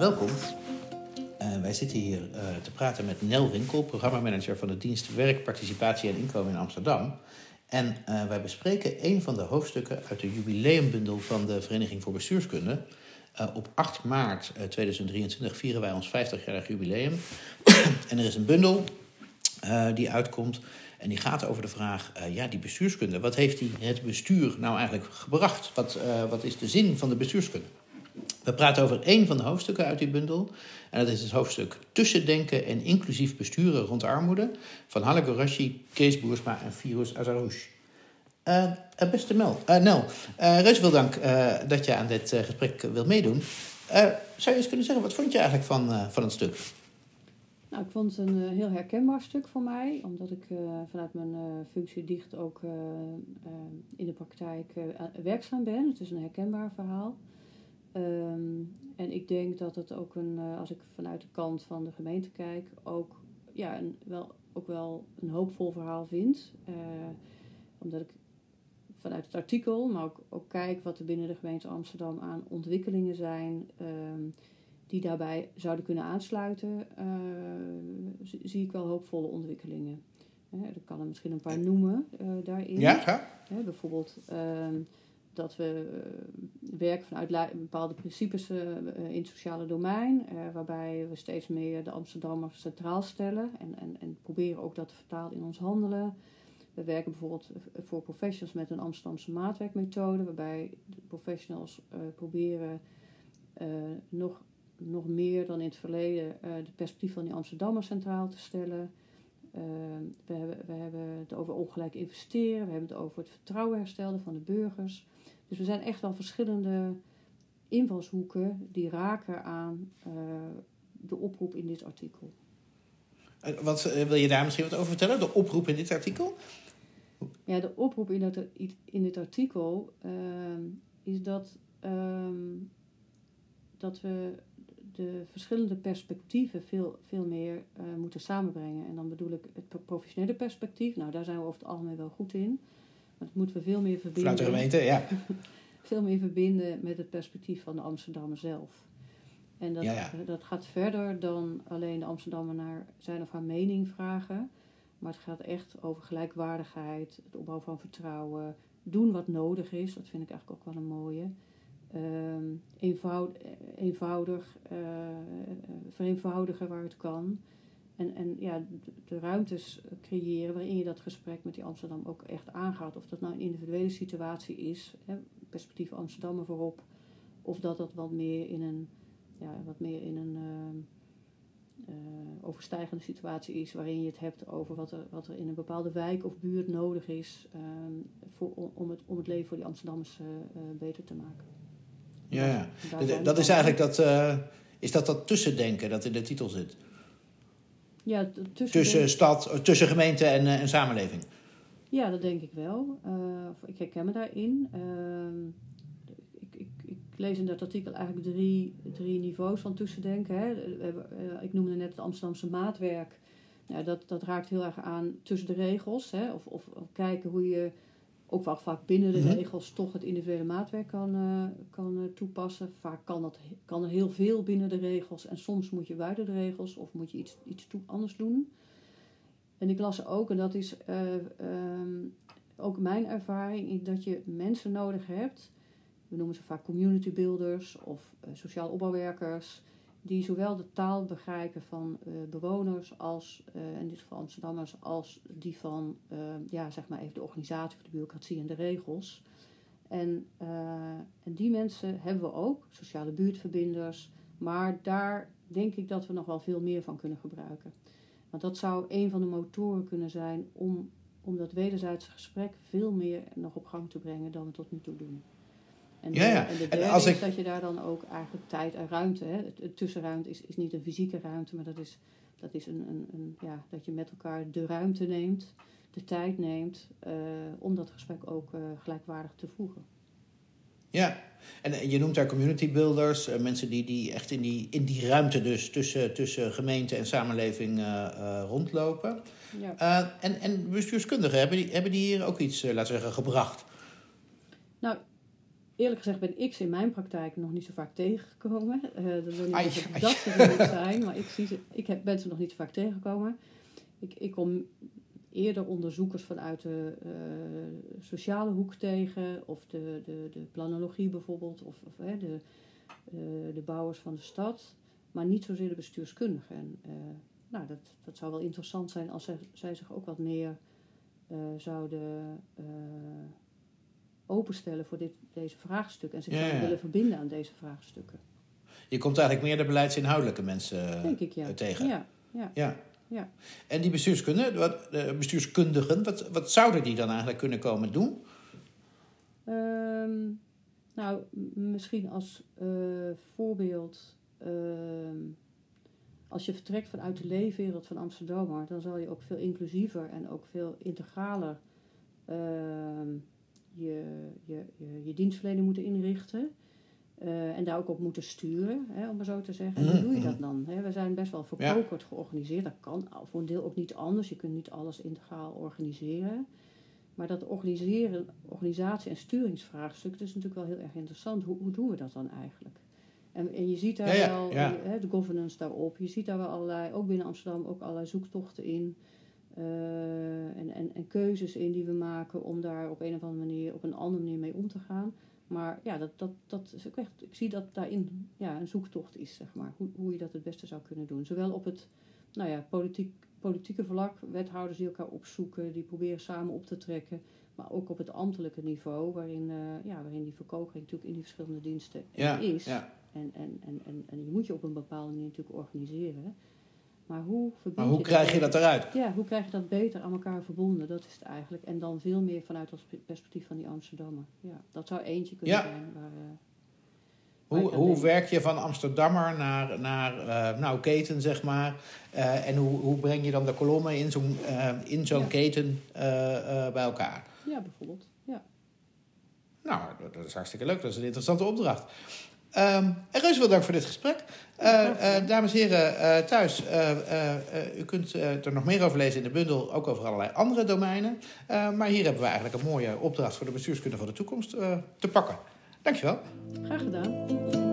welkom. Wij zitten hier te praten met Nel Winkel, programmamanager van de dienst Werk, Participatie en Inkomen in Amsterdam. En wij bespreken een van de hoofdstukken uit de jubileumbundel van de Vereniging voor Bestuurskunde. Op 8 maart 2023 vieren wij ons 50-jarig jubileum. En er is een bundel die uitkomt en die gaat over de vraag, die bestuurskunde. Wat heeft het bestuur nou eigenlijk gebracht? Wat is de zin van de bestuurskunde? We praten over één van de hoofdstukken uit die bundel. En dat is het hoofdstuk Tussendenken en inclusief besturen rond armoede van Halle Gorashi, Kees Boersma en Firuz Azarouche. Beste Nel, reuze veel dank dat je aan dit gesprek wilt meedoen. Zou je eens kunnen zeggen, wat vond je eigenlijk van het stuk? Nou, ik vond het een heel herkenbaar stuk voor mij, omdat ik vanuit mijn functie dicht ook in de praktijk werkzaam ben. Het is een herkenbaar verhaal. En ik denk dat het ook als ik vanuit de kant van de gemeente kijk, ook wel een hoopvol verhaal vind. Omdat ik vanuit het artikel, maar ook kijk wat er binnen de gemeente Amsterdam aan ontwikkelingen zijn die daarbij zouden kunnen aansluiten, zie ik wel hoopvolle ontwikkelingen. Ik kan er misschien een paar noemen daarin. Ja, ga. Bijvoorbeeld dat we werken vanuit bepaalde principes in het sociale domein, waarbij we steeds meer de Amsterdammers centraal stellen en proberen ook dat te vertalen in ons handelen. We werken bijvoorbeeld voor professionals met een Amsterdamse maatwerkmethode, waarbij de professionals proberen nog meer dan in het verleden de perspectief van die Amsterdammers centraal te stellen. We hebben het over ongelijk investeren, we hebben het over het vertrouwen herstellen van de burgers. Dus er zijn echt wel verschillende invalshoeken die raken aan de oproep in dit artikel. Wil je daar misschien wat over vertellen? De oproep in dit artikel? Ja, de oproep in dit artikel is dat we de verschillende perspectieven veel meer moeten samenbrengen. En dan bedoel ik het professionele perspectief. Nou, daar zijn we over het algemeen wel goed in. Maar dat moeten we veel meer verbinden. Vanuit de gemeente, ja. Veel meer verbinden met het perspectief van de Amsterdammer zelf. En dat gaat verder dan alleen de Amsterdammer naar zijn of haar mening vragen. Maar het gaat echt over gelijkwaardigheid, het opbouwen van vertrouwen, doen wat nodig is. Dat vind ik eigenlijk ook wel een mooie. Vereenvoudigen waar het kan. En de ruimtes creëren waarin je dat gesprek met die Amsterdam ook echt aangaat. Of dat nou een individuele situatie is, perspectief Amsterdammer voorop. Of dat wat meer in een overstijgende situatie is, waarin je het hebt over wat er in een bepaalde wijk of buurt nodig is om het leven voor die Amsterdammers beter te maken. Ja. Dat is eigenlijk dat tussendenken dat in de titel zit. Ja, tussen gemeente en samenleving. Ja, dat denk ik wel. Ik herken me daarin. Ik lees in dat artikel eigenlijk drie niveaus van tussendenken. Hè. Ik noemde net het Amsterdamse maatwerk. Nou, dat raakt heel erg aan tussen de regels. Hè. Of kijken hoe je ook wel vaak binnen de regels toch het individuele maatwerk kan toepassen. Vaak kan er heel veel binnen de regels en soms moet je buiten de regels of moet je iets anders doen. En ik las ook, en dat is ook mijn ervaring, dat je mensen nodig hebt. We noemen ze vaak community builders of sociaal opbouwwerkers, die zowel de taal begrijpen van bewoners als, in dit geval Amsterdammers, als die van even de organisatie, de bureaucratie en de regels. En die mensen hebben we ook, sociale buurtverbinders, maar daar denk ik dat we nog wel veel meer van kunnen gebruiken. Want dat zou een van de motoren kunnen zijn om dat wederzijdse gesprek veel meer nog op gang te brengen dan we tot nu toe doen. En de derde is dat je daar dan ook eigenlijk tijd en ruimte, het tussenruimte is niet een fysieke ruimte, maar dat is dat je met elkaar de ruimte neemt, de tijd neemt om dat gesprek ook gelijkwaardig te voeren. Ja, en je noemt daar community builders, mensen die echt in die ruimte dus tussen gemeente en samenleving rondlopen. Ja. En bestuurskundigen, hebben die hier ook iets, laten we zeggen, gebracht? Nou, eerlijk gezegd ben ik ze in mijn praktijk nog niet zo vaak tegengekomen. Dat wil niet zeggen dat ze er niet zijn, maar ben ze nog niet zo vaak tegengekomen. Ik kom eerder onderzoekers vanuit de sociale hoek tegen, of de planologie bijvoorbeeld, of de bouwers van de stad, maar niet zozeer de bestuurskundigen. En dat zou wel interessant zijn als zij zich ook wat meer zouden openstellen voor deze vraagstukken en zich zouden willen verbinden aan deze vraagstukken. Je komt eigenlijk meer de beleidsinhoudelijke mensen denk ik, tegen. Ja. En die bestuurskundigen, wat zouden die dan eigenlijk kunnen komen doen? Misschien als voorbeeld, als je vertrekt vanuit de leefwereld van Amsterdammer, dan zal je ook veel inclusiever en ook veel integraler je dienstverlening moeten inrichten. En daar ook op moeten sturen, om maar zo te zeggen. En hoe doe je dat dan? We zijn best wel verkokerd georganiseerd. Dat kan voor een deel ook niet anders. Je kunt niet alles integraal organiseren. Maar dat organisatie- en sturingsvraagstuk, dat is natuurlijk wel heel erg interessant. Hoe doen we dat dan eigenlijk? En je ziet daar wel de governance daarop. Je ziet daar wel allerlei, ook binnen Amsterdam, ook allerlei zoektochten in. En keuzes in die we maken om daar op een of andere manier, op een andere manier mee om te gaan. Maar ja, dat is ook echt, ik zie dat daarin een zoektocht is, zeg maar. Hoe je dat het beste zou kunnen doen. Zowel op het politieke vlak, wethouders die elkaar opzoeken, die proberen samen op te trekken. Maar ook op het ambtelijke niveau, waarin die verkokering natuurlijk in die verschillende diensten is. Ja. En je moet je op een bepaalde manier natuurlijk organiseren. Maar hoe krijg je dat eruit? Ja, hoe krijg je dat beter aan elkaar verbonden? Dat is het eigenlijk. En dan veel meer vanuit het perspectief van die Amsterdammer. Ja, dat zou eentje kunnen zijn. Hoe werk je van Amsterdammer naar keten, zeg maar? En hoe breng je dan de kolommen in zo'n keten bij elkaar? Ja, bijvoorbeeld. Ja. Nou, dat is hartstikke leuk. Dat is een interessante opdracht. Reuze veel dank voor dit gesprek. Dames en heren thuis, u kunt er nog meer over lezen in de bundel, ook over allerlei andere domeinen. Maar hier hebben we eigenlijk een mooie opdracht voor de bestuurskunde van de toekomst te pakken. Dankjewel. Graag gedaan.